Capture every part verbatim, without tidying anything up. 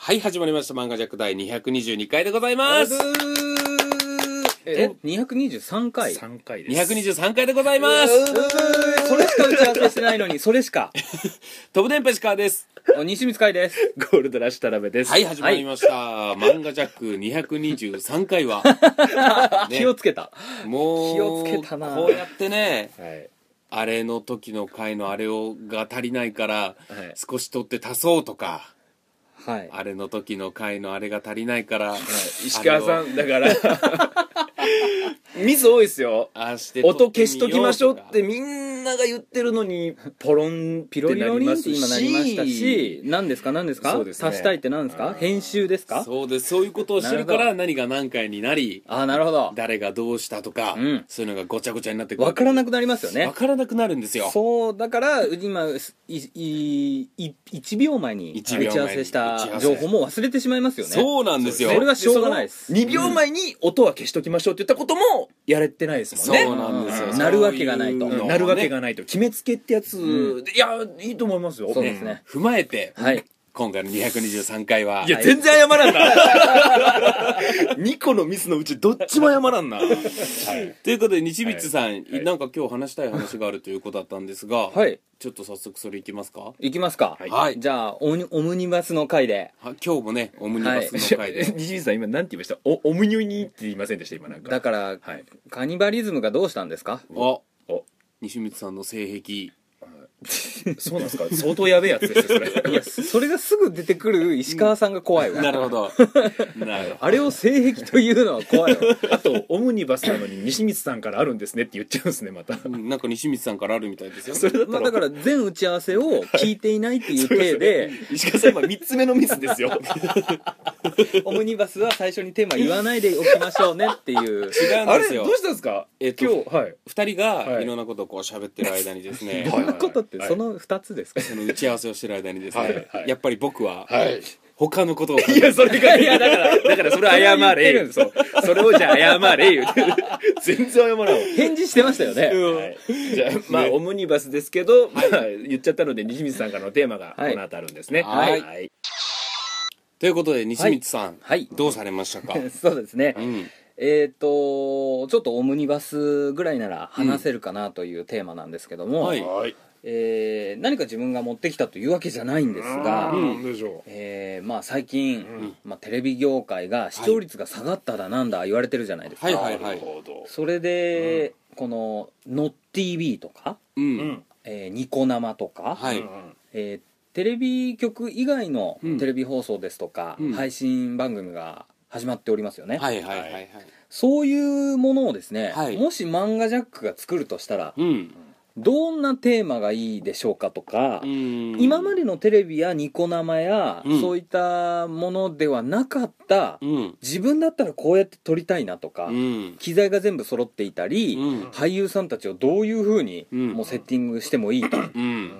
はい、始まりました漫画ジャック第にひゃくにじゅうにかいでございます。 え、にひゃくにじゅうさんかい ? さんかいです。 にひゃくにじゅうさんかいでございます。 それしか打ち合わせしてないのに、それしか。 飛ぶ電波石川です。 西光海です。 ゴールドラッシュ田辺です。 はい、始まりました。はい、漫画ジャックにひゃくにじゅうさんかいは、 ね、気をつけた。 もう、 気をつけたな。 こうやってね、 はい、 あれの時の回のあれをが足りないから、はい、少し取って足そうとか、はい、あれの時の回のあれが足りないから、はい、 石川さんだからミス多いですよ。音消しときましょうってみんなが言ってるのにポロンってなりますし、 ピロリロリンって今なりましたし、何ですか何ですか、そうですね、足したいって何ですか、編集ですか。 そうです、そういうことを知るから何が何回になり、 あ、なるほど、 誰がどうしたとか、うん、そういうのがごちゃごちゃになってくる、 分からなくなりますよね。 分からなくなるんですよ。 そうだから今いいいいちびょうまえに打ち合わせした情報も忘れてしまいますよね。 そうなんですよ。 それはしょうがないです。 にびょうまえに音は消しときましょうって言ったこともやれてないですもんね。 そうなんですよ。 なるわけがないと、 なるわけがないと決めつけってやつ、うん、いやいいと思いますよ。 そうですね。 踏まえて、はい、今回のにひゃくにじゅうさんかいは、 いや全然謝らんなにこのミスのうちどっちも謝らんな、はい、 ということで西光さん、はい、なんか今日話したい話があるということだったんですが、はい、ちょっと早速それいきますか。 いきますか。 はい。 じゃあオムオムニバスの回で、 は今日もねオムニバスの回で、 はい、西光さん今なんて言いました。おオムニュニって言いませんでした今なんか。 だから、はい、カニバリズムがどうしたんですか。 おお西光さんの性癖そうなんですか。相当やべえやつですよそれ。 いやそれがすぐ出てくる石川さんが怖いわ。 なるほど。なるほど。 あれを性癖というのは怖いわ。 あとオムニバスなのに西光さんからあるんですねって言っちゃうんですねまた。 なんか西光さんからあるみたいですよ。 それだったら、まあ、だから全打ち合わせを聞いていないっていう体で石川さん今みっつめのミスですよ。 オムニバスは最初にテーマ言わないでおきましょうねっていう。 違うんですよ。 あれどうしたんですか。 えっと今日、はい、 ふたりがいろんなことをこう喋ってる間にですね。 どういうことってそのふたつですか。 その打ち合わせをしてる間にですね、はいはい、やっぱり僕は、 はい、 他のことをいやそれがいやだからだからそれ謝れよ。そうそれをじゃあ謝れよ。全然謝らん。 返事してましたよね。 はい、じゃあまあ、ね、オムニバスですけど、まあ、言っちゃったので西光さんからのテーマがこの後あるんですね。 はい、はいはい、ということで西光さん、はい、どうされましたか。 そうですね、うん、えっとちょっとオムニバスぐらいなら話せるかなというテーマなんですけども、うん、はい、えー、何か自分が持ってきたというわけじゃないんですが、 うんでしょう、 えーまあ、最近、うんまあ、テレビ業界が視聴率が下がっただなんだ言われてるじゃないですか。 はいはいはい、 それで、うん、この ノッティーブイ とか、うんえー、ニコ生とか、はいえー、テレビ局以外のテレビ放送ですとか、うん、配信番組が始まっておりますよね。 はいはいはいはい、 そういうものをですね、はい、もし漫画ジャックが作るとしたら、うんどんなテーマがいいでしょうかとか、今までのテレビやニコ生や、うん、そういったものではなかった、うん、自分だったらこうやって撮りたいなとか、うん、機材が全部揃っていたり、うん、俳優さんたちをどういう風に、うん、もうセッティングしてもいいと、うん、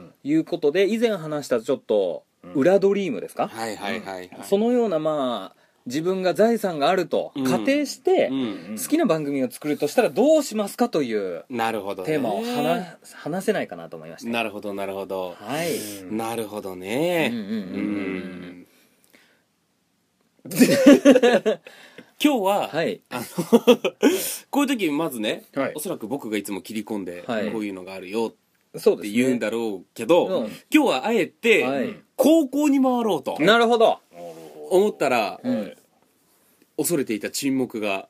いうことで以前話したちょっと裏ドリームですか、 はいはいはいはい、 そのようなまあ自分が財産があると仮定して好きな番組を作るとしたらどうしますかというテーマを話話せないかなと思いました。 なるほどなるほど、 はい、 なるほどね。今日は、はい、あのこういう時まずね、はい、おそらく僕がいつも切り込んで、はい、こういうのがあるよって言うんだろうけど、うん、今日はあえて、はい、高校に回ろうと。 なるほど思ったら、うん、恐れていた沈黙が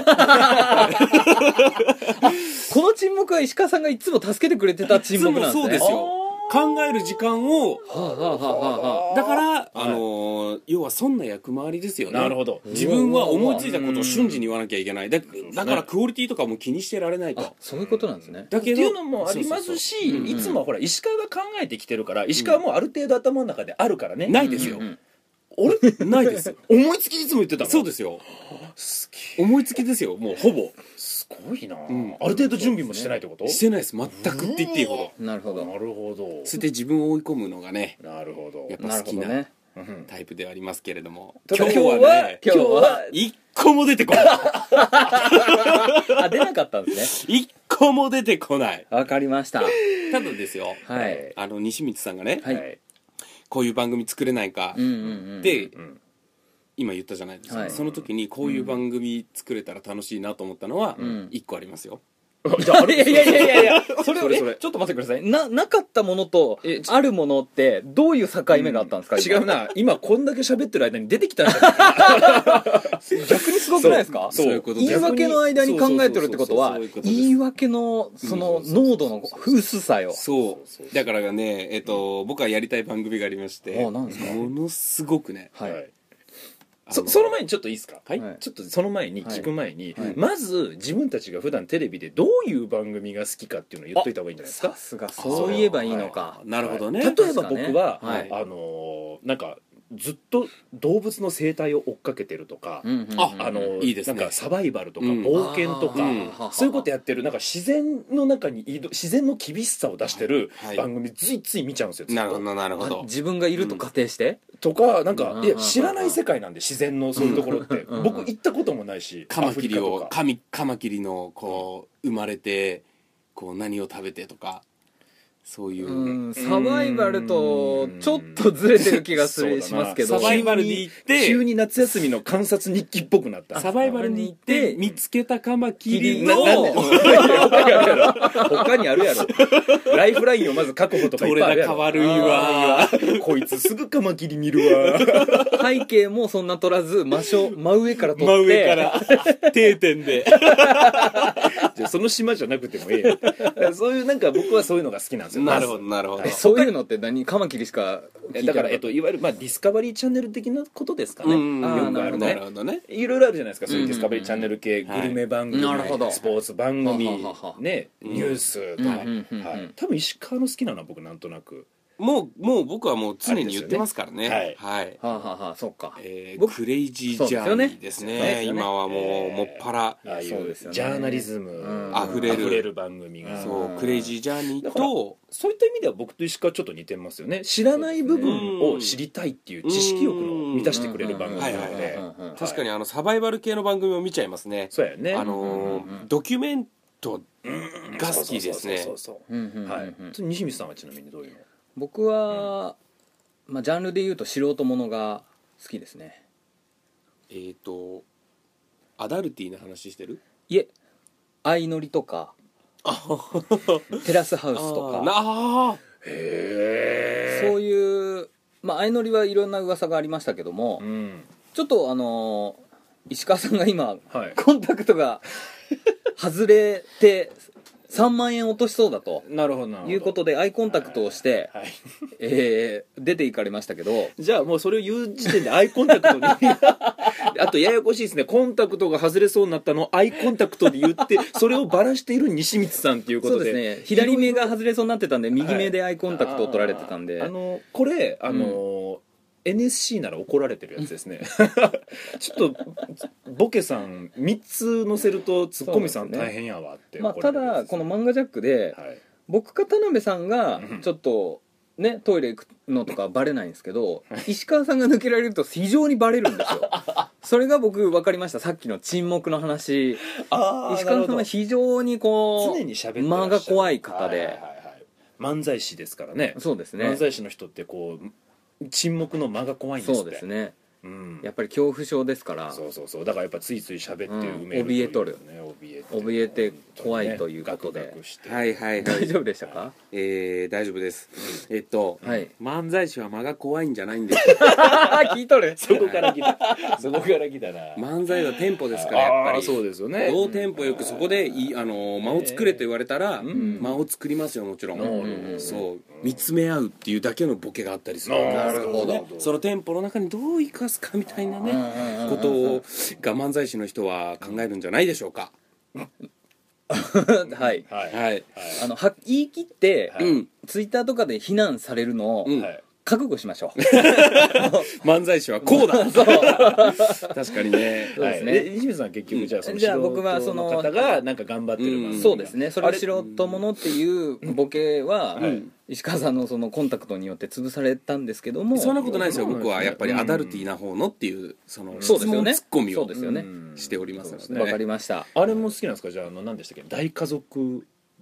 この沈黙は石川さんがいつも助けてくれてた沈黙なんですね。 そうですよ。考える時間を、はあはあはあ、だから、はい、あのー、要はそんな役回りですよね。 なるほど。 自分は思いついたことを瞬時に言わなきゃいけない。だ, だからクオリティとかも気にしてられないと。 そういうことなんですね。 だけどっていうのもありますし、いつもほら石川が考えてきてるから、石川もある程度頭の中であるからね。 うん、ないですよ。うんうん、俺ないです。 思いつきいつも言ってたの。 そうですよ。すげえ。思いつきですよ。もうほぼ。 すごいな、うん、ある程度準備もしてないってこと？ してないです。全くって言っていいほど。なるほど。 なるほど。 それで自分を追い込むのがね。 なるほど。 やっぱ好きなタイプではありますけれども。 今日はね、今日は一個も出てこない。 あ、出なかったんですね。一個も出てこない。 わかりました。 ただですよ。はい。あの西光さんがね。はい。こういう番組作れないかって今言ったじゃないですか、はい、その時にこういう番組作れたら楽しいなと思ったのは一個ありますよ、 じゃあ、いやいやいやいやいやそれそれそれちょっと待ってください。ななかったものとあるものってどういう境目があったんですか、 うん、違うな、今こんだけ喋ってる間に出てきたんだ逆にすごくないですか。そういうこと言い訳の間に考えてるってことは言い訳のその濃度の薄さよ。 そうだからね、えっと、僕はやりたい番組がありまして、 あ、なんですか。 ものすごくね、 はい、そ, その前にちょっといいですか、はい、ちょっとその前に聞く前に、はいはい、まず自分たちが普段テレビでどういう番組が好きかっていうのを言っといた方がいいんじゃないですか。 さすがそう言えばいいのか、 はい、なるほどね。 例えば僕は、はい、あのー、なんかずっと動物の生態を追っかけてるとか、うんうんうん、あ、あのいいですね、なんかサバイバルとか冒険とか、うん、そういうことやってる、なんか自然の中に自然の厳しさを出してる番組、ついつい見ちゃうんですよ。 なるほどなるほど。 自分がいると仮定して、 うん、とかなんか、いや知らない世界なんで自然のそういうところって、うん、僕行ったこともないし、 カマキリをカミカマキリのこう生まれてこう何を食べてとか。そういう、 うん、サバイバルとちょっとずれてる気がするしますけど、 サバイバルに行って急に夏休みの観察日記っぽくなった。 サバイバルに行って見つけたカマキリの他にあるやろライフラインをまず確保とかいっぱいあるやろ。 取れ高悪いわこいつすぐカマキリ見るわ背景もそんな撮らず真正真上から撮って真上から定点でじゃあその島じゃなくてもいいよそういうなんか僕はそういうのが好きなんですよ。 なるほどなるほど。 そういうのって何、カマキリしか聞いてない。 だから、えっと、いわゆる、まあ、ディスカバリーチャンネル的なことですかね。よくあるね。 なるほどね。 いろいろあるじゃないですか、そういうディスカバリーチャンネル系、グルメ番組、スポーツ番組、ね、ニュースとか、多分石川の好きなのは僕なんとなくもうもう僕はもう常に言ってますからね。 はいはいはあはあ、そうか。 えー、クレイジージャーニーですね。今はもうもっぱらああいうジャーナリズムあふれる番組が、 そうクレイジージャーニーとそういった意味では僕と石川ちょっと似てますよね。知らない部分を知りたいっていう知識欲の満たしてくれる番組なので、 確かにあのサバイバル系の番組を見ちゃいますね。 そうやね。 あのドキュメントが好きですね。 そうそうそうそう。はい。西光さんはちなみにどういうの？ 僕は、うん、まあジャンルで言うと素人ものが好きですね。 えっ、ー、とアダルティーな話してる？ いえ、相乗りとかテラスハウスとか、 あへそういうまあ相乗りはいろんな噂がありましたけども、うん、ちょっとあの石川さんが今、はい、コンタクトが外れてさんまんえん落としそうだとなるほどいうことでアイコンタクトをして、はいはい、えー、出ていかれましたけど、 じゃあもうそれを言う時点でアイコンタクトにあとややこしいですね。コンタクトが外れそうになったのをアイコンタクトで言ってそれをバラしている西光さんっていうことで、 そうですね、左目が外れそうになってたんで右目でアイコンタクトを取られてたんで、 はい、あ, あのこれあの、うんエヌエスシー なら怒られてるやつですねちょっとボケさんみっつ載せるとツッコミさん大変やわって、 ね、まあ、ただこの漫画ジャックで、はい、僕か田辺さんがちょっとねトイレ行くのとかバレないんですけど石川さんが抜けられると非常にバレるんですよそれが僕分かりました。さっきの沈黙の話、あ石川さんは非常にこう常に喋って間が怖い方で、はいはいはいはい、 漫才師ですからね。 そうですね。 漫才師の人ってこう沈黙の間が怖いんですって。 そうですね、うん、やっぱり恐怖症ですから。 そうそうそう、だからやっぱついつい喋って埋める、 うん、怯えとる、 怯えて怯えて怖いということで、ね、 はいはい、はい、 大丈夫でしたか？ えー、大丈夫です、うん、えっと、はい、漫才師は間が怖いんじゃないんです聞いとるそこから来たそこから来たな。 漫才はテンポですからやっぱり。 そうですよね。 どうテンポよくそこでいあの間を作れと言われたら、うん、間を作りますよもちろん、うん、そう見つめ合うっていうだけのボケがあったりする。 なるほど。 そのテンポの中にどう生かすかみたいなねことをが漫才師の人は考えるんじゃないでしょうかはいはい、はい、 あのは言い切って、はい、ツイッターとかで非難されるのを、うん、覚悟しましょう漫才師はこうだそう確かにね。 そうですね、はい、西水さん結局じゃあその素人の方がなんか頑張ってる番組、 そうですね。それは素人ものっていうボケは、うん、石川さんのそのコンタクトによって潰されたんですけども、 そんなことないですよ。僕はやっぱりアダルティーな方のっていうその質問ツッコミをしておりますので、 わかりました。 あれも好きなんですか？じゃああの何でしたっけ、大家族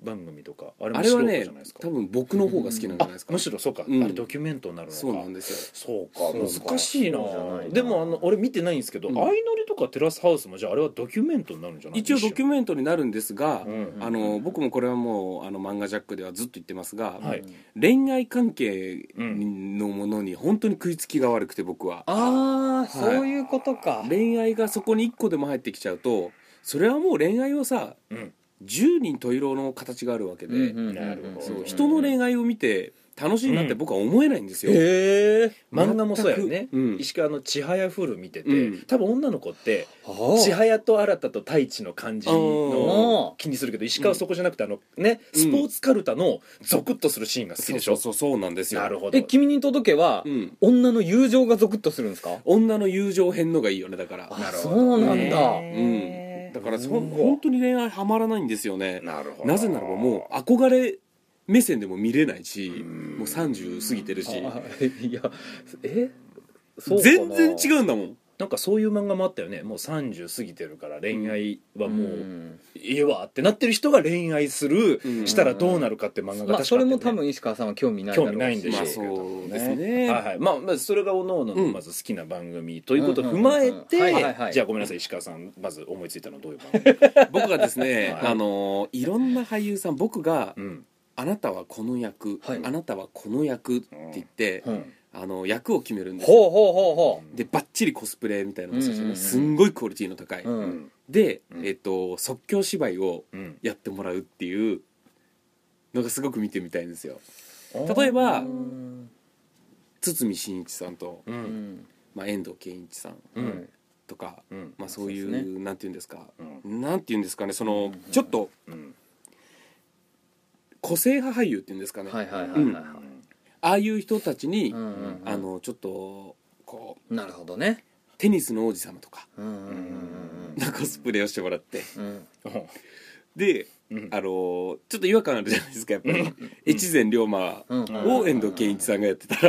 番組とかあれも素人じゃないですか。あれはね多分僕の方が好きなんじゃないですか、 むしろそうか、うん、あれドキュメントになるのか。 そうなんですよ。そうか難しいな。でもあの俺見てないんですけど、うん、相乗りとかテラスハウスもじゃああれはドキュメントになるんじゃない？ 一応ドキュメントになるんですが、うんうんうん、あの僕もこれはもうあの漫画ジャックではずっと言ってますが、はい、恋愛関係のものに本当に食いつきが悪くて僕は。 ああ、はい、そういうことか。 恋愛がそこにいっこでも入ってきちゃうとそれはもう恋愛をさ、うんじゅうにん十色の形があるわけで、そう人の恋愛を見て楽しいなって僕は思えないんですよ、うん、 へえ。漫画もそうやね、うん、石川のちはやふる見てて、うん、多分女の子ってちはやと新と太一の感じの気にするけど、石川はそこじゃなくてあのね、うん、スポーツカルタのゾクッとするシーンが好きでしょ、 うん、そうそうそうなんですよ。 なるほど。 え、君に届けは、うん、女の友情がゾクッとするんですか？ 女の友情編のがいいよね。だからなるほど、そうなんだ、 うんだからそ本当に恋愛はまらないんですよね。なるほど。なぜならばもう憧れ目線でも見れないし、もうさんじゅう過ぎてるし、いやえそうかな、全然違うんだもん。 なんかそういう漫画もあったよね。もうさんじゅう過ぎてるから恋愛はもうええわってなってる人が恋愛する、うん、したらどうなるかって漫画が確かあって、ね、まあ、 それも多分石川さんは興味ないだろうし、 興味ないんでしょうけど、まあ、そうですね、はいはい、まあ、まずそれが各々のまず好きな番組ということを踏まえて、じゃあごめんなさい石川さん、まず思いついたのはどういう番組？ 僕がですね、はい、あのいろんな俳優さん、僕が、うん、あなたはこの役、はい、あなたはこの役って言って、うんうん、あの役を決めるんですよ。 ほうほうほうほう。でバッチリコスプレみたいなのをしてね、すんごいクオリティの高い、うん、で、えっと、即興芝居をやってもらうっていうのがすごく見てみたいんですよ。例えば堤真一さんと、うんまあ、遠藤憲一さん、うんとか、うんまあ、そういう、ね、なんていうんですか、うん、なんていうんですかね、その、うん、ちょっと、うん、個性派俳優っていうんですかね、はいはいはいはい、うん、ああいう人たちに、うんうんうん、あのちょっとこうなるほどね、 テニスの王子様とか、うんうんうんうん、コスプレをしてもらって、うん、で、うん、あのちょっと違和感あるじゃないですかやっぱり、うん、越前龍馬を遠藤憲一さんがやってたら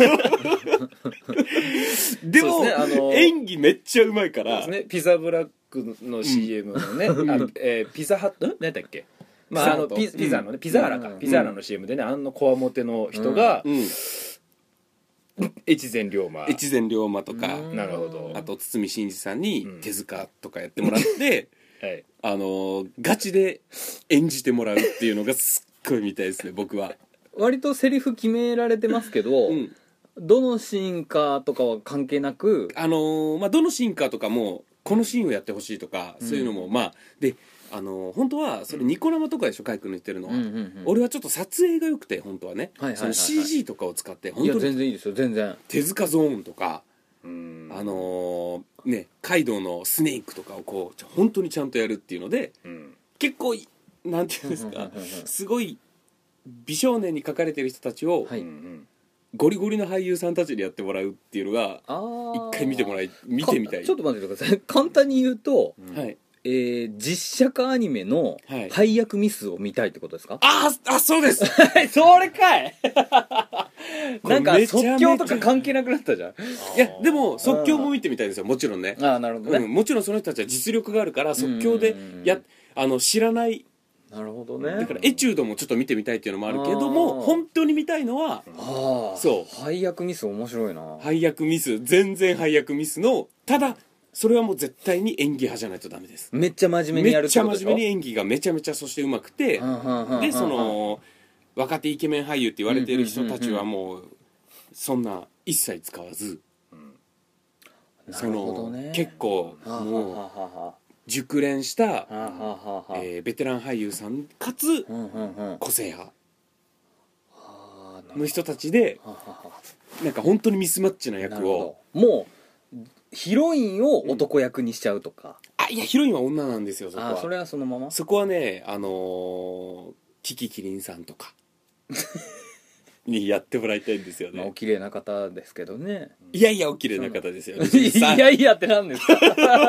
でも、ね、あの演技めっちゃうまいから、 そうですね、ピザブラックの シーエム のね、うん、あのえー、ピザハット何だっけ、まあ、あの ピ, ピザのね、ピザーラか、うん、ピザーラの シーエム でね、あのこわもての人が、うんうん越前龍馬越前龍馬とか、 なるほど、 あと堤真一さんに手塚とかやってもらって、うんはい、あのガチで演じてもらうっていうのがすっごい見たいですね僕は。 割とセリフ決められてますけど、うん、どのシーンかとかは関係なく、 あのーまあ、どのシーンかとかもこのシーンをやってほしいとか、うん、そういうのもまあであの本当はそれニコ生とかでしょ、カイ君の言ってるのは、うんうんうん、俺はちょっと撮影が良くて本当はね、はいはいはいはい、その シージー とかを使って本当に、いや全然いいですよ全然、手塚ゾーンとか、うんあのー、ねカイドウのスネークとかをこう本当にちゃんとやるっていうので、うん、結構なんていうんですかすごい美少年に描かれてる人たちを、はい、ゴリゴリの俳優さんたちにやってもらうっていうのが一回見てもらい見てみたい。 ちょっと待ってください簡単に言うと、うん、はいえー、実写化アニメの配役ミスを見たいってことですか？ ああそうですそれかいなんか即興とか関係なくなったじゃん。いやでも即興も見てみたいですよもちろんね。 あなるほどね、 うん、もちろんその人たちは実力があるから即興でやあの知らない。 なるほどね。 だからエチュードもちょっと見てみたいっていうのもあるけども本当に見たいのはあそう配役ミス面白いな。 配役ミス全然配役ミスのただそれはもう絶対に演技派じゃないとダメです。 めっちゃ真面目にやるってことでしょ。 めっちゃ真面目に演技がめちゃめちゃそしてうまくて、でその若手イケメン俳優って言われている人たちはもうそんな一切使わず、その結構もう熟練したえベテラン俳優さんかつ個性派の人たちでなんか本当にミスマッチな役をもうヒロインを男役にしちゃうとか、 うん、あいやヒロインは女なんですよそこは。 あそれはそのままそこはねあのー、キキキリンさんとかにやってもらいたいんですよね。 まあ、お綺麗な方ですけどね。 いやいやお綺麗な方ですよねいやいやって何ですか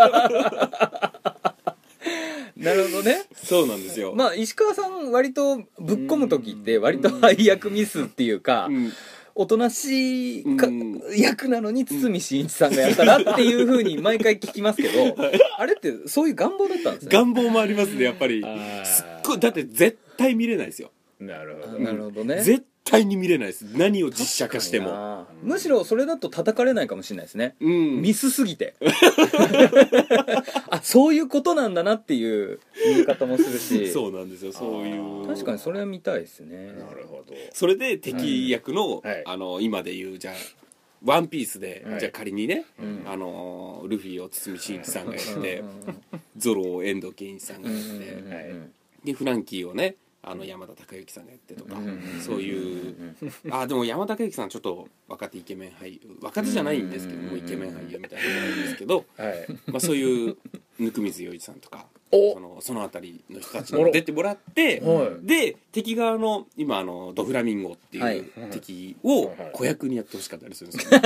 なるほどね。 そうなんですよ。 まあ石川さん割とぶっ込む時って割と配役ミスっていうか、うんおとなしいか、うん、役なのに堤真一さんがやったらっていう風に毎回聞きますけどあれってそういう願望だったんですね。 願望もありますねやっぱり。すっごいだって絶対見れないですよ。 なるほど、 なるほどね。 絶対に見れないです。何を実写化しても。 むしろそれだと叩かれないかもしれないですね、うん、ミスすぎてあ、そういうことなんだなっていう見え方もするしそうなんですよ。そういう確かにそれは見たいですね。 なるほど。 それで敵役の、はい、あの今でいうじゃあワンピースで、はい、じゃあ仮にね、うん、あのルフィを堤真一さんがやってゾロを遠藤憲一さんがやって、うんはい、でフランキーをねあの山田孝之さんがやってとか、うん、そういうあでも山田孝之さんちょっと若手イケメン俳優若手じゃないんですけどもイケメン俳優みたいなのなんですけど、はいまあ、そういう温水洋一さんとかそのそのあたりの人たちに出てもらって、はい、で敵側の今あのドフラミンゴっていう敵を子役にやってほしかったりするんですよ、ね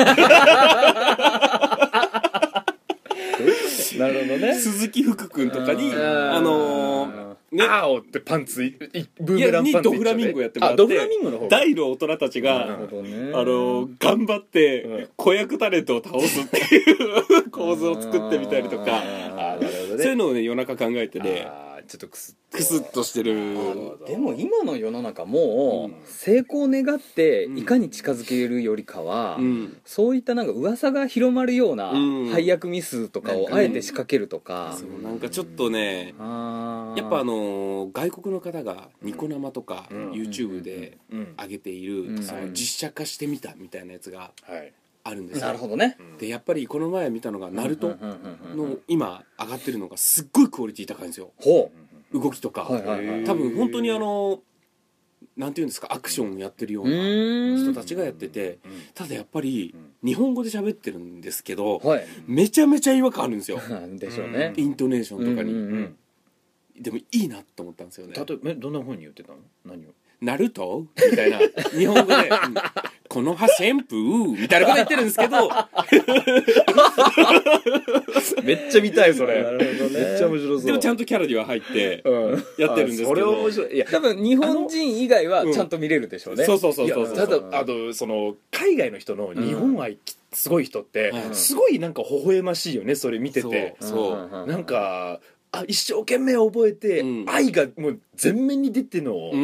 なるほどね。 鈴木福君とかにあのーね、あーおってパンツいブーメランパンツにドフラミンゴやってもらって、 ドフラミンゴの方大の大人たちが、ね、あの頑張って子役タレントを倒すっていう構図を作ってみたりとか、あなるほど、ね、そういうのをね夜中考えてねちょっとクスックスッとしてる。 でも今の世の中もう成功を願っていかに近づけるよりかは、うん、そういったなんか噂が広まるような配役ミスとかをあえて仕掛けるとか、 うん、そうなんかちょっとね、うん、やっぱあの外国の方がニコ生とか YouTube で上げているその実写化してみたみたいなやつがあるんですよ。 なるほどね。 でやっぱりこの前見たのがナルトの今上がってるのがすっごいクオリティ高いんですよ。 ほう動きとか、はいはいはい、多分本当にあのなんていうんですかアクションやってるような人たちがやってて、ただやっぱり日本語で喋ってるんですけど、はい、めちゃめちゃ違和感あるんですよでしょうね。 イントネーションとかに、うんうんうん、でもいいなと思ったんですよね。 例えばどんな風に言ってたの？何を？ ナルトみたいな日本語で、うん、この葉旋風みたいなこと言ってるんですけどめっちゃ見たいそれ。なるほどね。めっちゃ面白そう。 でもちゃんとキャラには入ってやってるんですけど、うん、それ面白い。いや多分日本人以外はちゃんと見れるでしょうね、うん、 そうそうそうそう。 ただあのその海外の人の日本愛すごい人って、うん、すごいなんか微笑ましいよねそれ見てて。 そうそうなんかあ一生懸命覚えて、うん、愛がもう全面に出ての、うん、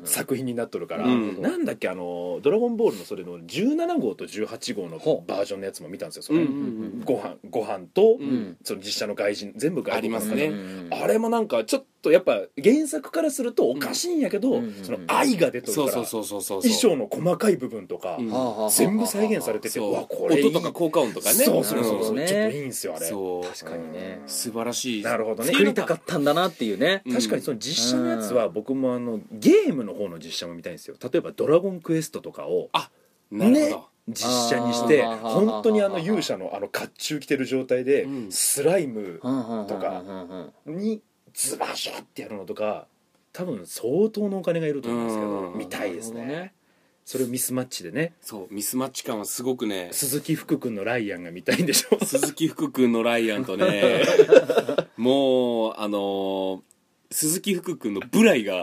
作品になっとるから、うん、なんだっけあのドラゴンボールのそれのじゅうなな号とじゅうはち号のバージョンのやつも見たんですよ。それ、うんうんうん、ご飯ご飯と、うん、その実写の外人全部外人ありますね。 あれもなんかちょっとやっぱ原作からするとおかしいんやけど、うん、その愛が出とるから衣装の細かい部分とか、うん、全部再現されてて、わこれいい音とか効果音とかね。 そうそうそうそう、ね、ちょっといいんですよあれ。 そう確かにね、 素晴らしい。 なるほどね。 作りたかったんだなっていうね。 確かにその実写のやつは僕もあのゲームの方の実写も見たいんですよ。例えばドラゴンクエストとかをあなるほど、ね、 実写にして本当にあの勇者のあの甲冑着てる状態でスライムとかにズバシャーってやるのとか多分相当のお金がいると思うんですけど見たいですね。それをミスマッチでね。 そうミスマッチ感はすごくね。 鈴木福君のライアンが見たいんでしょ。 鈴木福君のライアンとねもうあのー、鈴木福君のブライが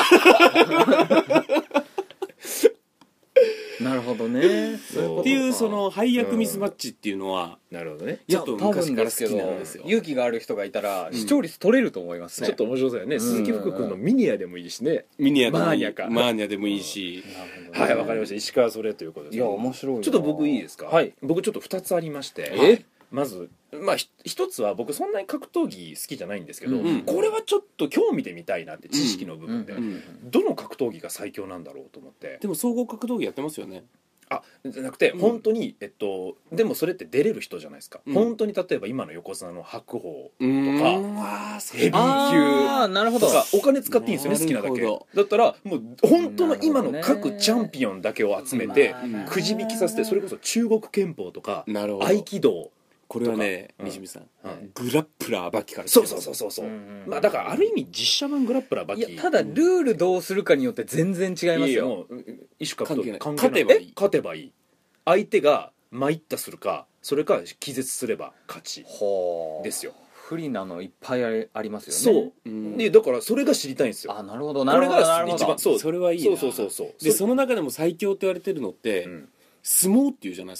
なるほどね。 そうっていうその配役ミスマッチっていうのは、 うん、なるほどね。 ちょっと昔から好きなんですよ。 勇気がある人がいたら視聴率取れると思いますね。 ちょっと面白そうだよね。鈴木福君のミニアでもいいしね。 ミニアでもいい。 マーニャか。 マーニャでもいいし。 はいわかりました。石川それということで。 いや面白いな。 ちょっと僕いいですか。 はい。 僕ちょっとふたつありまして。 え？ まずまあ一つは僕そんなに格闘技好きじゃないんですけど、うん、これはちょっと興味で見たいなって知識の部分で、うんうんうん、どの格闘技が最強なんだろうと思って。 でも総合格闘技やってますよね。 あじゃなくて、うん、本当に、えっと、でもそれって出れる人じゃないですか、うん、本当に例えば今の横綱の白鵬とかヘビー級あなるほどとかお金使っていいんですよね好きなだけだったらもう本当の今の各チャンピオンだけを集めてくじ引きさせてそれこそ中国拳法とか合気道これはね西見さん、うん、グラップラーバキからそうそうそうそうそう、まあだからある意味実写版グラップラーバキいやただルールどうするかによって全然違いますよ。いやもう一種格闘技勝てばいい勝てばいい相手が参ったするかそれか気絶すれば勝ちですよ。 不利なのいっぱいありますよね。 そう、うん、でだからそれが知りたいんですよ。 あなるほどなるほどなるほど。 一番そうそれはいいな。 そうそうそうそうでその中でも最強って言われてるのって、うん、相撲っていうじゃないですか。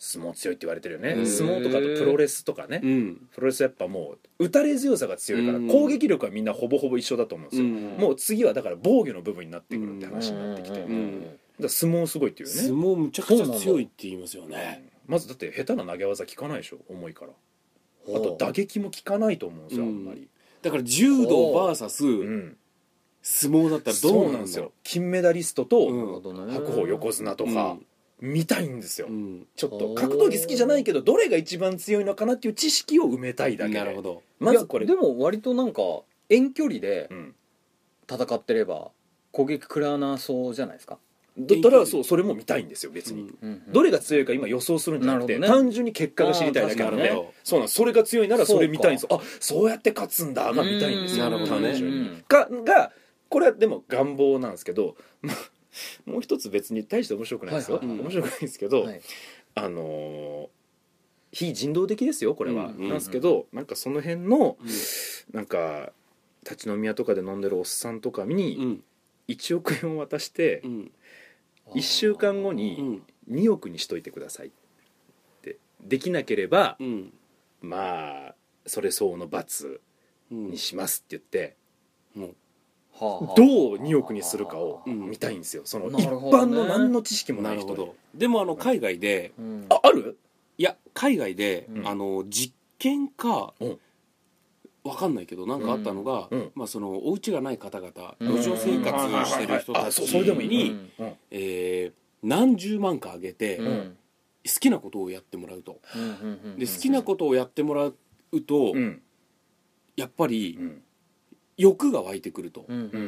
相撲強いって言われてるよね。相撲とかあとプロレスとかね、うん、プロレスやっぱもう打たれ強さが強いから攻撃力はみんなほぼほぼ一緒だと思うんですよ、うん、もう次はだから防御の部分になってくるって話になってきて、うんうん、だから相撲すごいっていうね。 相撲むちゃくちゃ強いって言いますよね。 まずだって下手な投げ技効かないでしょ、重いから。あと打撃も効かないと思うんですよ、あんまり。 だから柔道 ブイエス 相撲だったらどうなんですよ。 金メダリストと白鵬横綱とか見たいんですよ、うん、ちょっと格闘技好きじゃないけどどれが一番強いのかなっていう知識を埋めたいだけで。 なるほど。 まずこれでも割となんか遠距離で戦ってれば攻撃食らわなそうじゃないですか。 だったらそうそれも見たいんですよ別に、うん、どれが強いか今予想するんじゃなくて、ね、単純に結果が知りたいだけなので、ね、そうなんそれが強いならそれ見たいんですよ。あそうやって勝つんだが見たいんですよ。 なるほどね。 単純にががこれはでも願望なんですけど、まあもう一つ別に大して面白くないですよ、はいはい、面白くないんですけど、はい、あのー、非人道的ですよこれは、うんうんうん、なんですけどなんかその辺の、うん、なんか立ち飲み屋とかで飲んでるおっさんとかにいちおくえんを渡して、うん、いっしゅうかんごににおくにしといてくださいってできなければ、うん、まあそれ相応の罰にしますって言って、うんどうにおくにするかを見たいんですよ、その一般の何の知識もない人に。 でもあの海外で、 うん、ああるいや海外で、うん、あの実験か、うん、わかんないけどなんかあったのが、うん、まあそのお家がない方々、うん、路上生活してる人たちに何十万かあげて、うん、好きなことをやってもらうと、うん、で好きなことをやってもらうと、うん、やっぱり、うん欲が湧いてくると、うんうんうんうん、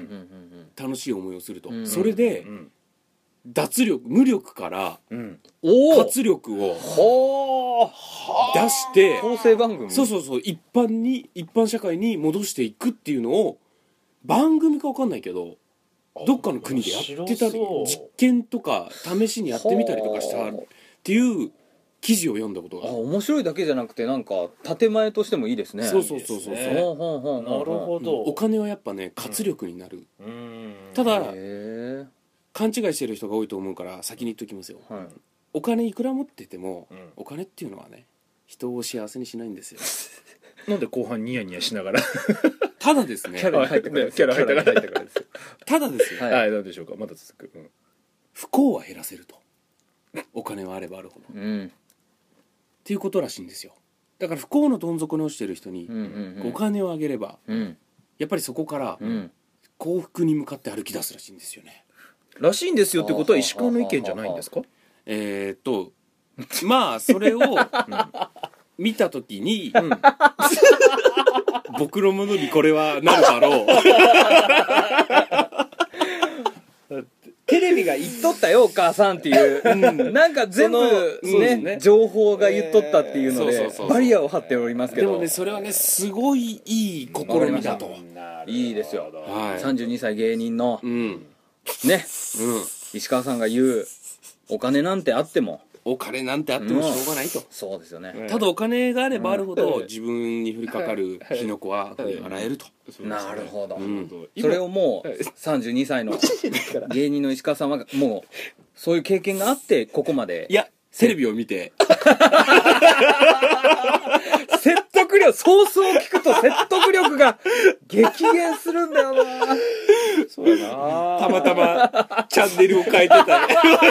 楽しい思いをすると、うん、それで、うん、脱力無力から、うん、活力を出して構成番組そうそうそう一般に一般社会に戻していくっていうのを番組か分かんないけどどっかの国でやってたり実験とか試しにやってみたりとかしたっていう記事を読んだことがある。 あ面白いだけじゃなくてなんか建前としてもいいですね。 そうそうそうそう、ね、なるほど。 お金はやっぱね活力になる、うん、ただ勘違いしてる人が多いと思うから先に言っときますよ、はい、お金いくら持ってても、うん、お金っていうのはね人を幸せにしないんですよなんで後半ニヤニヤしながらただですねキャラ入ってからですキャラ入ってからですよただですよはい、はい、何でしょうかまだ続く、うん、 不幸は減らせるとお金はあればあるほど、うんっていうことらしいんですよ。だから不幸のどん底に落ちてる人にお金をあげれば、うん、やっぱりそこから幸福に向かって歩き出すらしいんですよね。 らしいんですよってことは石川の意見じゃないんですか？ えーっとまあそれを見たときに、うん、僕のものにこれはなるだろうテレビが言っとったよお母さんっていう、うん、なんか全部ね、ね情報が言っとったっていうのでバリアを張っておりますけどでもねそれはねすごいいい試みだといいですよ、はい、さんじゅうにさい芸人の、うん、ね、うん、石川さんが言うお金なんてあってもお金なんてあってもしょうがないと、うん、 そうですよね。 ただお金があればあるほど自分に降りかかる火の粉は洗えると、 なるほど、うん、それをもうさんじゅうにさいの芸人の石川さんはもうそういう経験があってここまでいやテレビを見て説得力ソースを聞くと説得力が激減するんだよなそうやなたまたまチャンネルを変えてた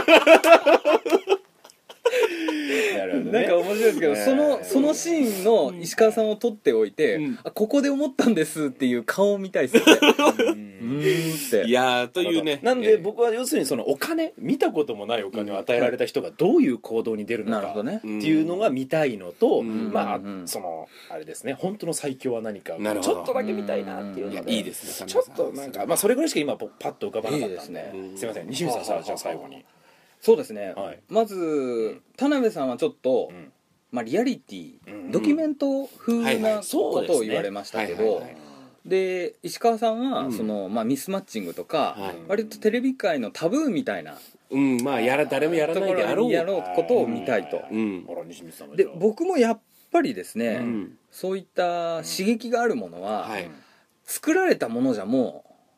なるほどね、なんか面白いですけど、そのそのシーンの石川さんを撮っておいて、うん、あここで思ったんですっていう顔を見たいですよねうんっていやというねなんで僕は要するにそのお金見たこともないお金を与えられた人がどういう行動に出るのかっていうのが見たいのと、うん、まあそのあれですね本当の最強は何かちょっとだけ見たいなっていうのでいいですねちょっとなんかまあそれぐらいしか今パッと浮かばなかったんで、いいすいません西水さんじゃあ最後にそうですね、はい、まず、うん、田辺さんはちょっと、うんまあ、リアリティ、うん、ドキュメント風なことを言われましたけどで石川さんは、うんそのまあ、ミスマッチングとか、はい、割とテレビ界のタブーみたいな、 うんまあ、やら誰もやらないであろうやろうことを見たいと、うん、で僕もやっぱりですね、うん、そういった刺激があるものは、うんはい、作られたものじゃもう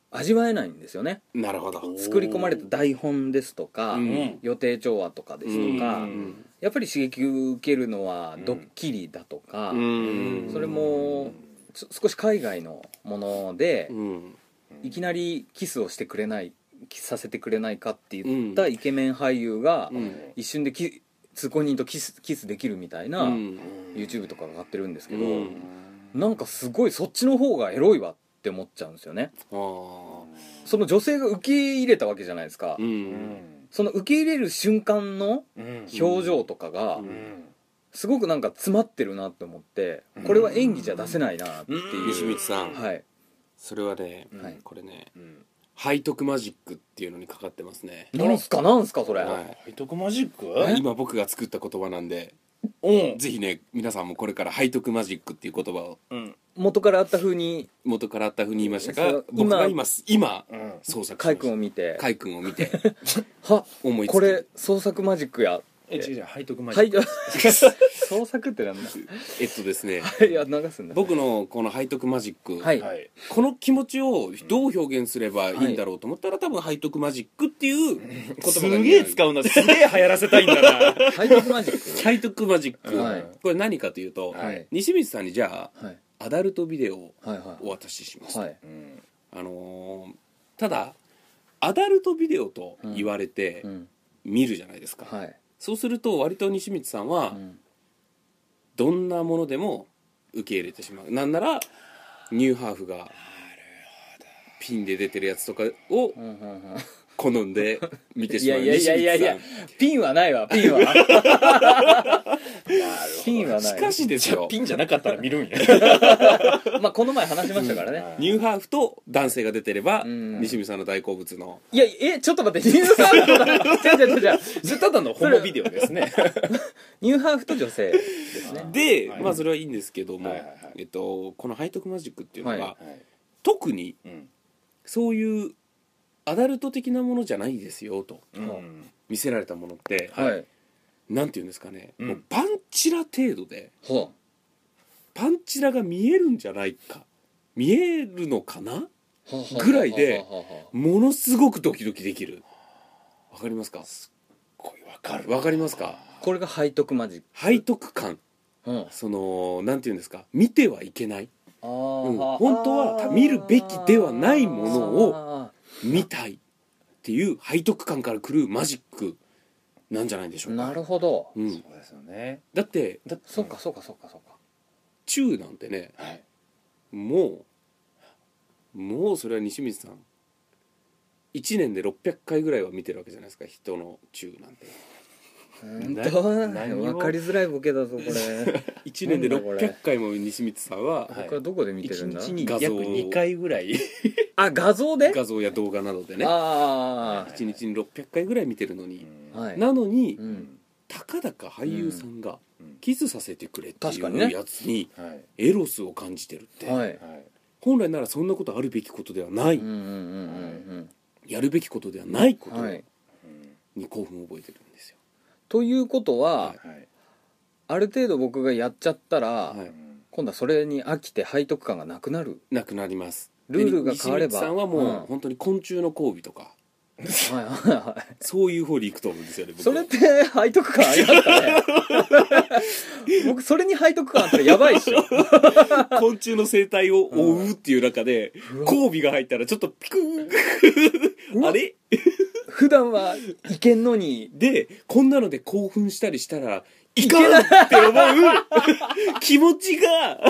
味わえないんですよね。 なるほど。 作り込まれた台本ですとか、うん、予定調和とかですとか、うん、やっぱり刺激を受けるのはドッキリだとか、うん、それも少し海外のもので、うん、いきなりキスをしてくれないさせてくれないかって言ったイケメン俳優が一瞬でき通行人とキス、キスできるみたいな YouTube とかが上がってるんですけど、なんかすごいそっちの方がエロいわって思っちゃうんですよね。あ、その女性が受け入れたわけじゃないですか、うん、その受け入れる瞬間の表情とかがすごくなんか詰まってるなって思って、これは演技じゃ出せないなっていう。 西光さん、 はい、 それはね、はい、これね、うん、背徳マジックっていうのにかかってますね。 なんすかなんすかそれ、 はい、背徳マジック、 今僕が作った言葉なんで、うん、ぜひね皆さんもこれから背徳マジックっていう言葉を、うん、 元からあった風に元からあった風に言いましたが、僕が今今、うん、創作しました。 海君を見て海君を見ては思いつく、これ創作マジックや。 え違う違う背徳マジック創作ってなんだえっとですねいや流すんだ。 僕のこの背徳マジック、はい、この気持ちをどう表現すればいいんだろうと思ったら、多分背徳マジックっていう言葉がすげえ使うな、すげえ流行らせたいんだな背徳マジック背徳マジック、はい、これ何かというと、はい、西光さんにじゃあ、はい、アダルトビデオをお渡しします、はいはい、あのー、ただアダルトビデオと言われて見るじゃないですか、うんうん、はい、そうすると割と西光さんはどんなものでも受け入れてしまう。なんならニューハーフがピンで出てるやつとかを好んで見てしまう。 いやいやいやいやいや、ピンはないわ、ピンはピンはない。 しかしですよ、 ピンじゃなかったら見るんやまあこの前話しましたからね、 うん、ニューハーフと男性が出てれば、うん、西見さんの大好物の、 いやえちょっと待って、ニューハーフと違う違う違うそれただのホモビデオですねニューハーフと女性ですね。 で、はい、まあそれはいいんですけども、はいはいはい、えっと、この背徳マジックっていうのが、はいはい、特に、うん、そういうアダルト的なものじゃないですよと、うん、見せられたものって、はい、なんていうんですかね、うん、もうパンチラ程度で、うん、パンチラが見えるんじゃないか、見えるのかなぐらいでものすごくドキドキできる。わかりますか？ すっごいわかる。 わかりますか？ これが背徳マジック。 背徳感、うん、そのなんていうんですか、見てはいけない、あ、うん、本当は見るべきではないものを見たいっていう背徳感から来るマジックなんじゃないでしょうか。 なるほど、 うん、そうですよね。 だってだそうかそうかそうかそうか、 チューなんてね、はい、もうもうそれは西光さんいちねんでろっぴゃっかいぐらいは見てるわけじゃないですか、人のチューなんて。 分かりづらいボケだぞこれいちねんでろっぴゃっかいも西光さんは、 これはどこで見てるんだ。 いちにちに約にかいぐらいあ、画像で画像や動画などでね、あいちにちにろっぴゃっかいぐらい見てるのに、うん、なのに、うん、たかだか俳優さんがキスさせてくれっていうやつにエロスを感じてるって、はい、本来ならそんなことあるべきことではない、やるべきことではないことに興奮を覚えてるんですよ。 ということは、はい、ある程度僕がやっちゃったら、はい、今度はそれに飽きて背徳感がなくなる。 なくなります。 ルールが変われば。 西光さんはもう、うん、本当に昆虫の交尾とかはいはいはい、そういう方に行くと思うんですよね。 それって背徳感ありますかね僕それに背徳感あったらやばいっしょ昆虫の生態を追うっていう中で、うん、交尾が入ったらちょっとピクーあれ普段はいけんのに、 でこんなので興奮したりしたらいかんって思う気持ちが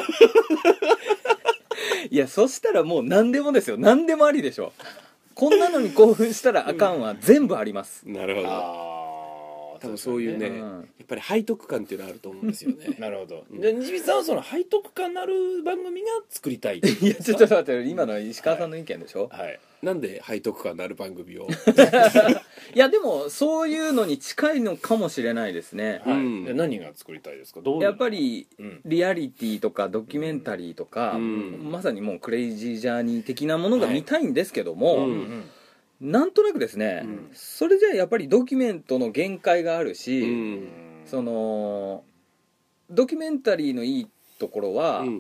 いや、そしたらもう何でもですよ。何でもありでしょ。こんなのに興奮したらあかんは全部あります、 うん、なるほど。多分そういうね、うん、やっぱり背徳感っていうのはあると思うんですよねなるほど、うん、じゃあ西光さんはその背徳感のある番組が作りたいいやちょっと待って、今のは石川さんの意見でしょ、はい、はい、 なんで背徳感のある番組をいやでもそういうのに近いのかもしれないですね、 はい、うん、何が作りたいですか？どういうやっぱりリアリティとかドキュメンタリーとか、うん、まさにもうクレイジージャーニー的なものが見たいんですけども、はい、うんうん、なんとなくですね、うん、それじゃやっぱりドキュメントの限界があるし、うん、そのドキュメンタリーのいいところは、うん、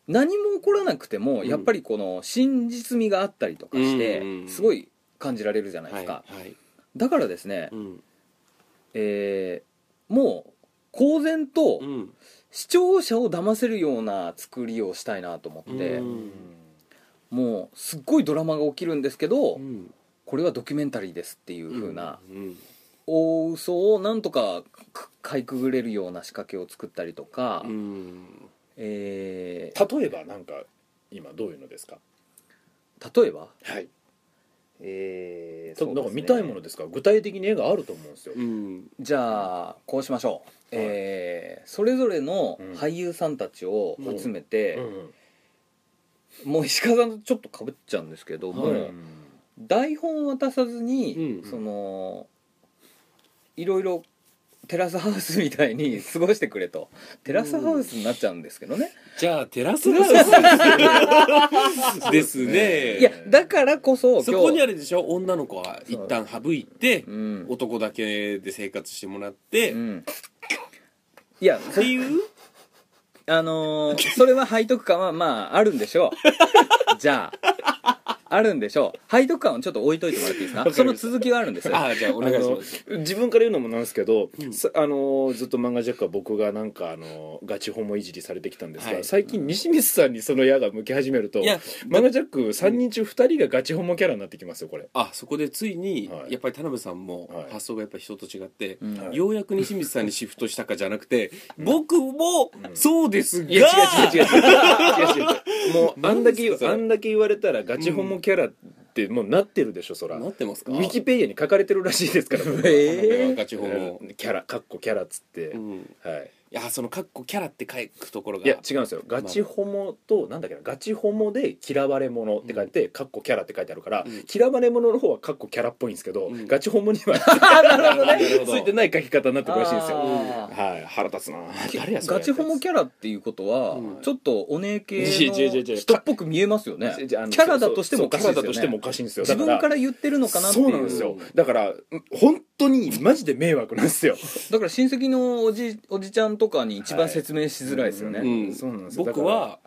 何も起こらなくても、うん、やっぱりこの真実味があったりとかして、うん、すごい感じられるじゃないですか、はいはい、だからですね、うん、えー、もう公然と視聴者を騙せるような作りをしたいなと思って、うん、もうすっごいドラマが起きるんですけど、うん、これはドキュメンタリーですっていう風な、うんうん、大嘘をなんとかかいくぐれるような仕掛けを作ったりとか、うん、 えー、例えばなんか今どういうのですか？ 例えば、 はい、 えー、 そうですね、なんか見たいものですから具体的に絵があると思うんですよ、うん、 じゃあこうしましょう、えー、それぞれの俳優さんたちを集めて、うんうんうん、もう石川さんとちょっとかぶっちゃうんですけども、はい、台本渡さずに、うんうん、そのいろいろテラスハウスみたいに過ごしてくれと。テラスハウスになっちゃうんですけどね。 じゃあテラスハウスですね。 いやだからこそそこにあるでしょ、女の子は一旦省いて、うん、男だけで生活してもらって、うん、 いやっていうあのー、それは背徳感はまああるんでしょう。じゃああるんでしょう。背徳感をちょっと置いといてもらっていいですか？その続きはあるんですよ。 あ、じゃあお願いします。 自分から言うのもなんですけど、うん、あのずっと漫画ジャックは僕がなんかあのガチホモいじりされてきたんですが、はい、最近西光さんにその矢が向き始めると、漫画ジャックさんにん中ふたりがガチホモキャラになってきますよこれ。 あ、そこでついに、はい、やっぱり田辺さんも発想がやっぱり人と違って、はい、ようやく西光さんにシフトしたかじゃなくて、うん、僕もそうですが、いや違う違う違う違う違う違うもうあんだけあんだけ言われたらガチホモキャラ、うんってもうなってるでしょそら。 なってますか？ ウィキペディアに書かれてるらしいですから。 えー、ガチホモキャラカッコキャラっつって、うん、はい。 いやそのカッコキャラって書くところがいや違うんですよ。ガチホモと、まあ、なんだっけな、ガチホモで嫌われ者って書いて、うん、カッコキャラって書いてあるから、うん、嫌われ者の方はカッコキャラっぽいんですけど、うん、ガチホモにはなるほど、ね、ついてない書き方になってるらしいんですよ。はい、腹立つな。 誰やそれ。ガチホモキャラっていうことは、うん、ちょっとお姉系の人っぽく見えますよね。キャラだとしてもおかしいですよね。キャラだとしてもおかしいんですよ。自分から言ってるのかなっていう。 そうなんですよ。だから本当にマジで迷惑なんですよ。 だから親戚のおじおじちゃんとかに一番説明しづらいですよね。はいうんうん、 そうなんですよ。僕は、はい、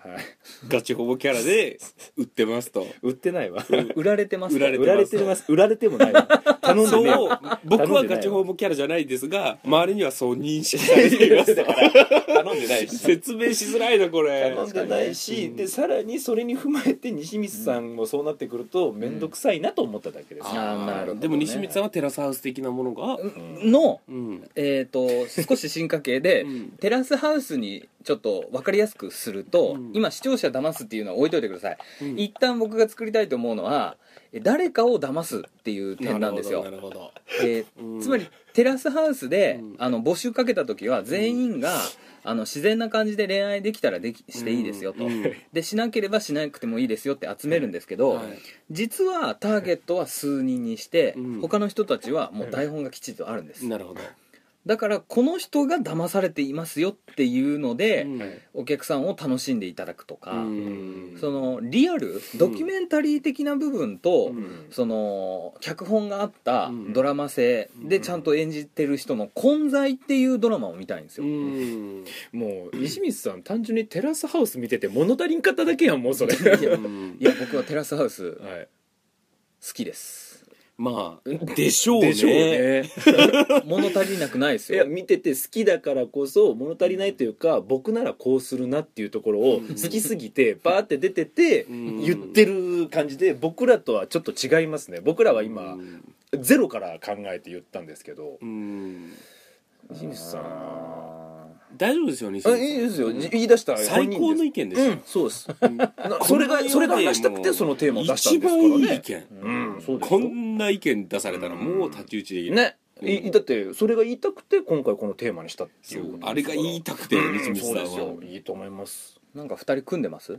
ガチホモキャラで売ってますと。 売ってないわ。 売られてます売られてます。売られてもないわ。頼んでね。そう僕はガチホモキャラじゃないですが、周りにはそう認識されていますと。 頼んでないし。 説明しづらいなこれ。 頼んでないし、うん、でさらにそれに踏まえて西光さんもそうなってくると面倒くさいなと思っただけです。 うん、ああなるほど、ね。でも西光さんはテラスハウス的なものが、 うん、の、うん、えっ、ー、と少し進化系で、うん、テラスハウスにちょっと分かりやすくすると、うん、今視聴者騙すっていうのは置いといてください、うん、一旦僕が作りたいと思うのは誰かを騙すっていう点なんですよ。なるほどなるほど、えーうん、つまりテラスハウスで、うん、あの募集かけた時は全員が、うん、あの自然な感じで恋愛できたらできしていいですよと、うん、でしなければしなくてもいいですよって集めるんですけど、はい、実はターゲットは数人にして、うん、他の人たちはもう台本がきちっとあるんです、 なるほど。 だからこの人が騙されていますよっていうので、うん、お客さんを楽しんでいただくとか、うん、そのリアルドキュメンタリー的な部分と、うん、その脚本があったドラマ性でちゃんと演じてる人の混在っていうドラマを見たいんですよ。うん、 もう西光さん単純にテラスハウス見てて物足りんかっただけやんもうそれ。いや、いや僕はテラスハウス、はい、好きです。 まあでしょうね。でしょうね。 物足りなくないですよ。 いや見てて好きだからこそ物足りないというか、僕ならこうするなっていうところを好きすぎてバーって出てて言ってる感じで、僕らとはちょっと違いますね。僕らは今ゼロから考えて言ったんですけど、西光さん大丈夫ですよ西光さん。 いいですよ、言い出した最高の意見ですよ、うん、 そうです、うん、それがそれが話したくてそのテーマを出したんですからね。 一番いい意見、うん、そうです。こんな意見出されたらもう太刀打ちできるね。 うん、だってそれが言いたくて今回このテーマにしたっていう。 あれが言いたくて西光さんは、 うん、いいと思います。 なんか二人組んでます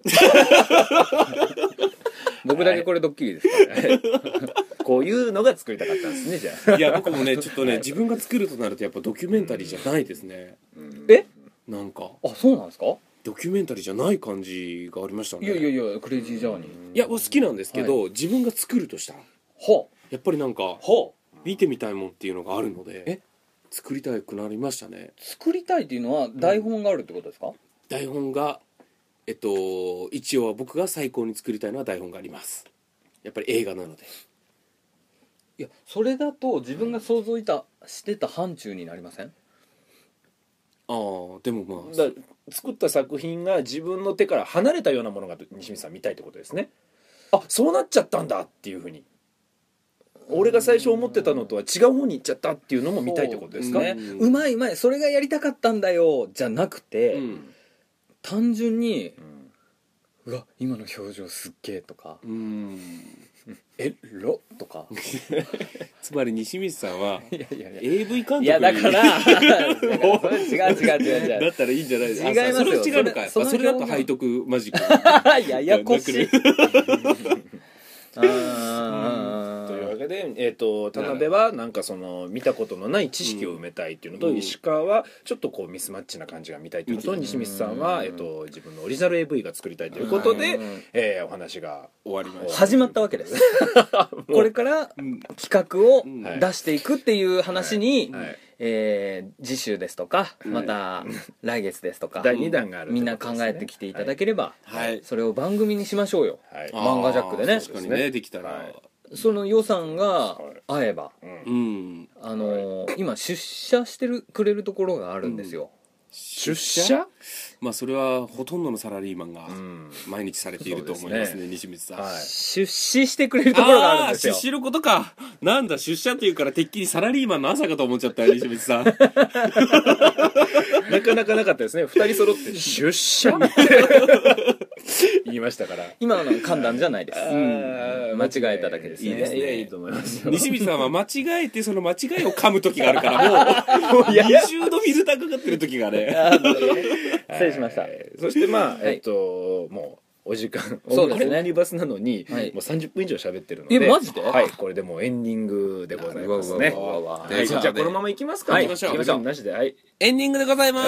僕だけこれドッキリですからねこういうのが作りたかったんですね。じゃあいや僕もねちょっとね自分が作るとなるとやっぱドキュメンタリーじゃないですね、 うん、えなんかあそうなんですか。 ドキュメンタリーじゃない感じがありましたね。 いやいやいやクレイジージャーニー、 いや好きなんですけど、はい、自分が作るとしたらはやっぱりなんかは見てみたいもんっていうのがあるので、え作りたくなりましたね。 作りたいっていうのは台本があるってことですか、うん、 台本がえっと一応僕が最高に作りたいのは台本があります。やっぱり映画なので。 いやそれだと自分が想像いたしてた範疇になりません？ ああでもまあだ作った作品が自分の手から離れたようなものが西水さん見たいってことですね。あ、そうなっちゃったんだっていうふうに、俺が最初思ってたのとは違う方に行っちゃったっていうのも見たいってことですか？ ね、うまいうまいそれがやりたかったんだよじゃなくて、うん、単純に、うん、うわ今の表情すっげえとか、うん、えろとかつまり西水さんはいやいやいや エーブイ 監督いやだからそれ違う違う違う違うだったらいいんじゃないですか。 違いますよ。 それ違うのか。それ, それだと背徳マジックややこしいあというわけで、えー、と田辺はなんかその見たことのない知識を埋めたいっていうのと、うん、石川はちょっとこうミスマッチな感じが見たいっていうのと、うん、西光さんは、えー、と自分のオリジナル エーブイ が作りたいということで、うんえー、お話が終わりました。 始まったわけですこれから企画を出していくっていう話に、はいはいはいえー、次週ですとかまた来月ですとかだいにだんがある、 みんな考えてきていただければ、はい、それを番組にしましょうよ、はい、漫画ジャックでね。 確かにねできたら、はい、 その予算が合えば、はいうん、あのー、今出社してるくれるところがあるんですよ、うん出社？ まあそれはほとんどのサラリーマンが毎日されていると思いますね、うん、西光さん、はい、 出資してくれるところがあるんですよ。 ああ出資のことか。なんだ出社っていうからてっきりサラリーマンの朝かと思っちゃったよ西光さんなかなかなかったですね。ふたり揃って出社言いましたから今の判断じゃないです、うん、間違えただけですね。 いいですね。 いやいいと思いますよ。 西光さんは間違えてその間違いを噛む時があるからもうにじゅうどフィルターかかってる時がね失礼しました、 えー、そしてまあ、はい、えっともうお時間そうですねオムニバスなのに、はい、もうさんじゅっぷん以上喋ってるのでえマジではいこれでもうエンディングでございますね。はい、じゃあこのままいきますか。 はい、行きましょう。 行きましょう。なしではいエンディングでございます。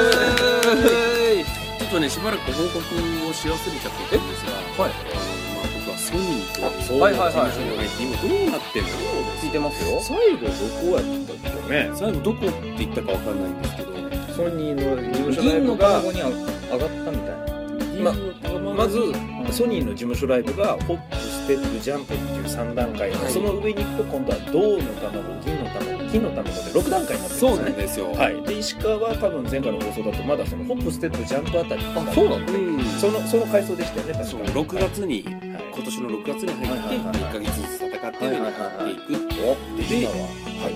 ちょっとねしばらく報告をし忘れちゃってたんですが、はい、あのまあ僕はソニーと事務所に入って今どうなってんの聞いてますよ。 最後どこやったっけね。 最後どこって言ったかわかんないんですけどソニーの事務所ライ銀のブが卵に上がったみたいな。 ま, まず、うん、ソニーの事務所ライブがホップステップジャンプっていうさんだんかい、はい、その上に行くと今度は銅の卵銀の卵金の卵でろくだんかいになってるんですね。 そうなんですよ、 はい、で石川は多分前回の放送だとまだそのホップステップジャンプあたりあそうなんだ、うん、 そのその回想でしたよね確かに。 ろくがつに、はい、今年のろくがつに入っていっかげつずつ戦って上に上がっていく、はい、で今は、はい、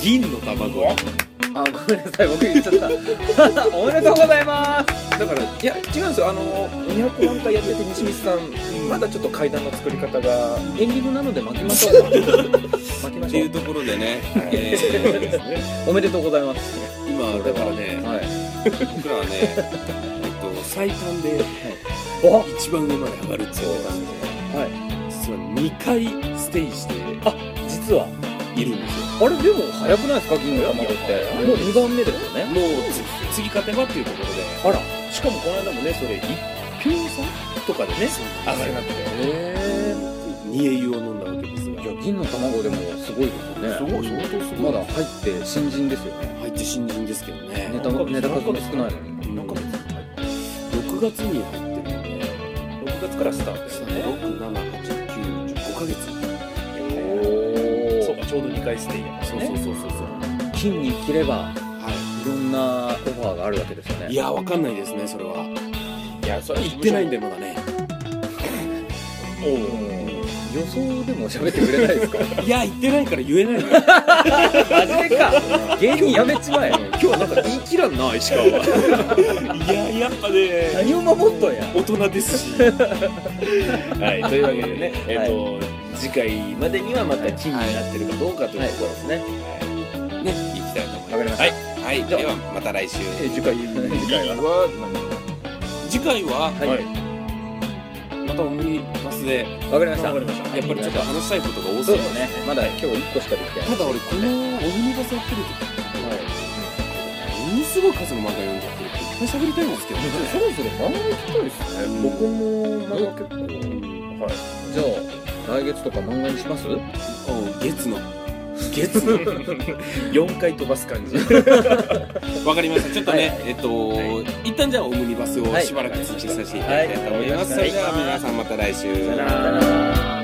銀の卵あ、ごめんなさい僕言っちゃったおめでとうございます。 だからいや違うんですよ。あのにひゃくまんかいやってて西光さんまだちょっと階段の作り方がエンディングなので巻きましょうか巻きましょうっていうところでね、 はいえー、おめでとうございます。 今だからね、はい、僕らはねえっと最短で一番上まで上がるって言ってたんで、はい、実はにかいステージであ実はいるんですよ。あれでも早くないですか銀の卵ってもうにばんめですよね。 もう次勝てばっていうところであらしかもこの間もねそれいっぴょうさとかでね上がりなくてへー煮え湯を飲んだわけですがいや銀の卵でもすごいですよね。 すごい相当すごい。 まだ入って新人ですよね。 入って新人ですけどねネタネタ数も少ないのに何ヶ月ろくがつに入ってるんでろくがつからスタートですね。 ろく、なな、はち、きゅう、じゅうごかげつちょうどにかいステイやそうそうそうそう金に切れば、はい、いろんなオファーがあるわけですよね。 いやわかんないですねそれは。いやそれ言ってないんでまだねお予想でも喋ってくれないですかいや言ってないから言えないのマジでか芸人やめちまえ今日はなんか言い切らんな石川はいややっぱね何を守っとんや大人ですしはいというわけでねえっ、ー、と、はい次回までにはまた金になってるかどうかというところですね。 はい、ね、いきたいと思います。 わかりました。 はい、はい、ではまた来週。 えー、次回次回は次回は、はい、またオムニバスで。 わかりました。 やっぱりちょっと話したいことが多そうですね。まだ今日いっこしかできてない。 ただ俺このオムニバスやってる時って、はい、ものすごい数の漫画読んじゃってるっていっぱい喋りたいんですけど、 そろそろ漫画行きたいですね。僕も漫画結構はい。 じゃあ。来月とか漫画にします？ 月の月よんかい飛ばす感じ。 わかりました。ちょっとね、はい、えっと、はい、一旦じゃあオムニバスをしばらく続けさせていただきたいと思います。はい、それでは皆さんまた来週。 さよなら。